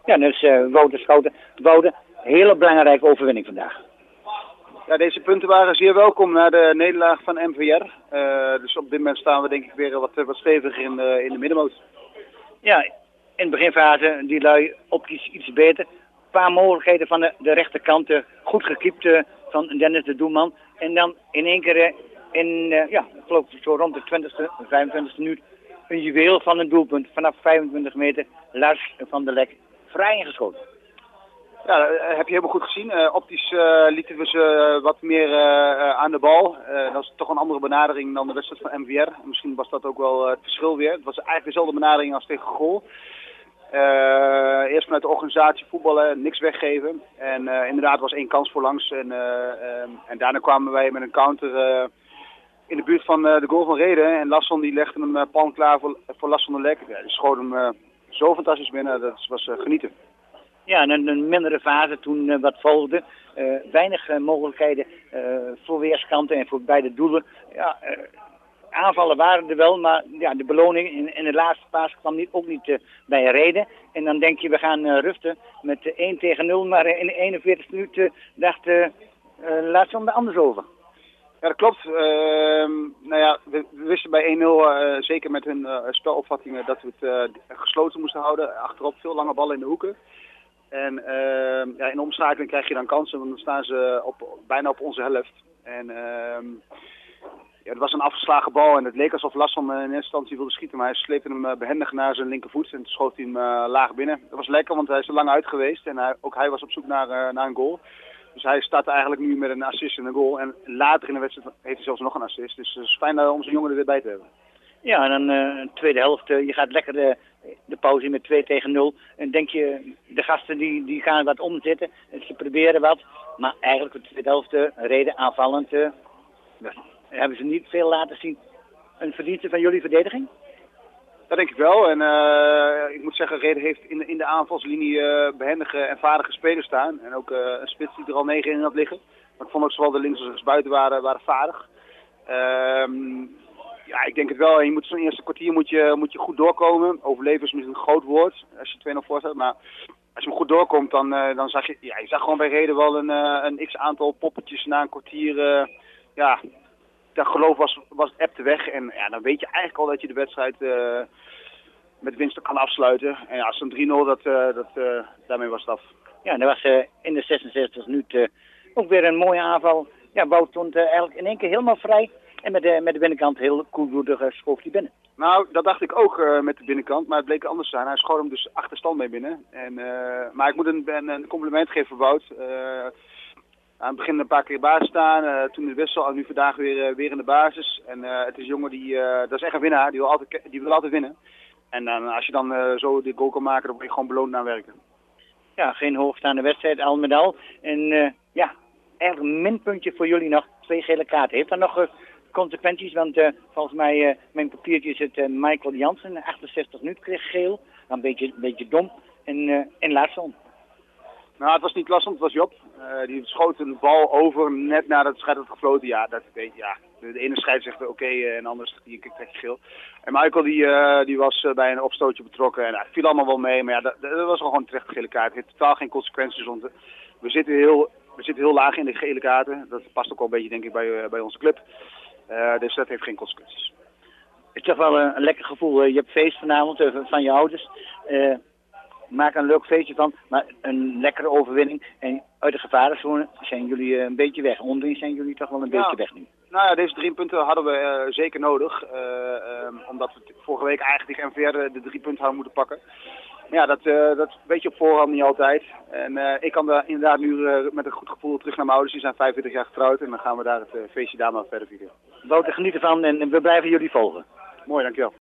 Ja, dus Wouter Schouten. Wouter, hele belangrijke overwinning vandaag. Ja, deze punten waren zeer welkom na de nederlaag van MVR. Dus op dit moment staan we denk ik weer wat steviger in de middenmoot. Ja, in de beginfase die lui optisch iets beter. Een paar mogelijkheden van de rechterkant. Goed gekiept van Dennis de Doelman. En dan in één keer ik geloof zo rond de 20e, 25e minuut een juweel van een doelpunt. Vanaf 25 meter Lars van der Lek vrij ingeschoten. Ja, dat heb je helemaal goed gezien. Optisch lieten we ze wat meer aan de bal. Dat is toch een andere benadering dan de wedstrijd van MVR. Misschien was dat ook wel het verschil weer. Het was eigenlijk dezelfde benadering als tegen Goal. Eerst vanuit de organisatie voetballen, niks weggeven. En inderdaad was 1 kans voor langs. En daarna kwamen wij met een counter in de buurt van de goal van Reden. En Lasson die legde hem pan klaar voor Lars van der Lek. Ja, die schoot hem zo fantastisch binnen. Dat was genieten. Ja, en een mindere fase toen wat volgde. Weinig mogelijkheden voor weerskanten en voor beide doelen. Ja, aanvallen waren er wel, maar ja, de beloning in de laatste fase kwam ook niet bij Reden. En dan denk je, we gaan ruften met 1-0, maar in de 41e minuut dacht Larsson er anders over. Ja, dat klopt. We wisten bij 1-0, zeker met hun spelopvattingen, dat we het gesloten moesten houden. Achterop veel lange ballen in de hoeken. En in de omschakeling krijg je dan kansen, want dan staan ze bijna op onze helft. En het was een afgeslagen bal en het leek alsof Lasson in eerste instantie wilde schieten, maar hij sleepte hem behendig naar zijn linkervoet en toen schoot hij hem laag binnen. Dat was lekker, want hij is er lang uit geweest en ook hij was op zoek naar een goal. Dus hij startte eigenlijk nu met een assist en een goal. En later in de wedstrijd heeft hij zelfs nog een assist. Dus het is fijn om zijn jongen er weer bij te hebben. Ja, en dan de tweede helft. Je gaat lekker de pauze in met 2-0. En denk je, de gasten die gaan wat omzetten. Ze proberen wat. Maar eigenlijk de tweede helft Reden aanvallend. Hebben ze niet veel laten zien. Een verdienste van jullie verdediging? Dat denk ik wel. En ik moet zeggen, Reden heeft in de aanvalslinie behendige en vaardige spelers staan. En ook een spits die er al 9 in had liggen. Maar ik vond ook zowel de links als rechtsbuiten waren vaardig. Ik denk het wel. Je moet zo'n eerste kwartier moet je goed doorkomen. Overleven is misschien een groot woord als je 2-0 voor staat. Maar als je hem goed doorkomt, dan zag je... Ja, je zag gewoon bij Reden wel een x-aantal poppetjes na een kwartier... Dat geloof was epte weg. En ja, dan weet je eigenlijk al dat je de wedstrijd met winst kan afsluiten. En ja, zo'n 3-0, daarmee was het af. Ja, en er was in de 66 minuut ook weer een mooie aanval. Ja, Wout stond eigenlijk in één keer helemaal vrij. En met de binnenkant heel koelbloedig schoof hij binnen. Nou, dat dacht ik ook met de binnenkant, maar het bleek anders te zijn. Hij schoot hem dus achterstand mee binnen. Maar ik moet een compliment geven voor Wout. Aan het begin een paar keer basis staan, toen de wissel en nu vandaag weer in de basis. En het is een jongen dat is echt een winnaar, die wil altijd winnen. En als je dan zo de goal kan maken, dan word je gewoon beloond naar werken. Ja, geen hoogstaande wedstrijd, al met al. En eigenlijk een minpuntje voor jullie nog, 2 gele kaarten. Heeft dat nog consequenties? Want volgens mij, mijn papiertje is het Michael Jansen, 68 minuten kreeg geel. Dan een beetje dom. En Larsson. Nou, het was niet Larsson, het was Job. Die schoot een bal over net nadat het scheidsrechter had gefloten. Ja, de ene scheidsrechter oké, en de andere krijg je geel. En Michael die was bij een opstootje betrokken en het viel allemaal wel mee. Maar ja, dat was wel gewoon een terecht gele kaart. Het heeft totaal geen consequenties. Want we zitten heel laag in de gele kaarten. Dat past ook wel een beetje, denk ik, bij onze club. Dus dat heeft geen consequenties. Het is toch wel een lekker gevoel. Je hebt feest vanavond van je ouders. Maak een leuk feestje van, maar een lekkere overwinning. En uit de gevarenzone zijn jullie een beetje weg. Onderin zijn jullie toch wel een beetje weg nu. Nou ja, deze 3 punten hadden we zeker nodig. Omdat we vorige week eigenlijk tegen MVR de 3 punten hadden moeten pakken. Maar ja, dat weet je op voorhand niet altijd. En ik kan daar inderdaad nu met een goed gevoel terug naar mijn ouders. Die zijn 45 jaar getrouwd en dan gaan we daar het feestje daar maar verder vieren. Wouter, geniet ervan en we blijven jullie volgen. Mooi, dankjewel.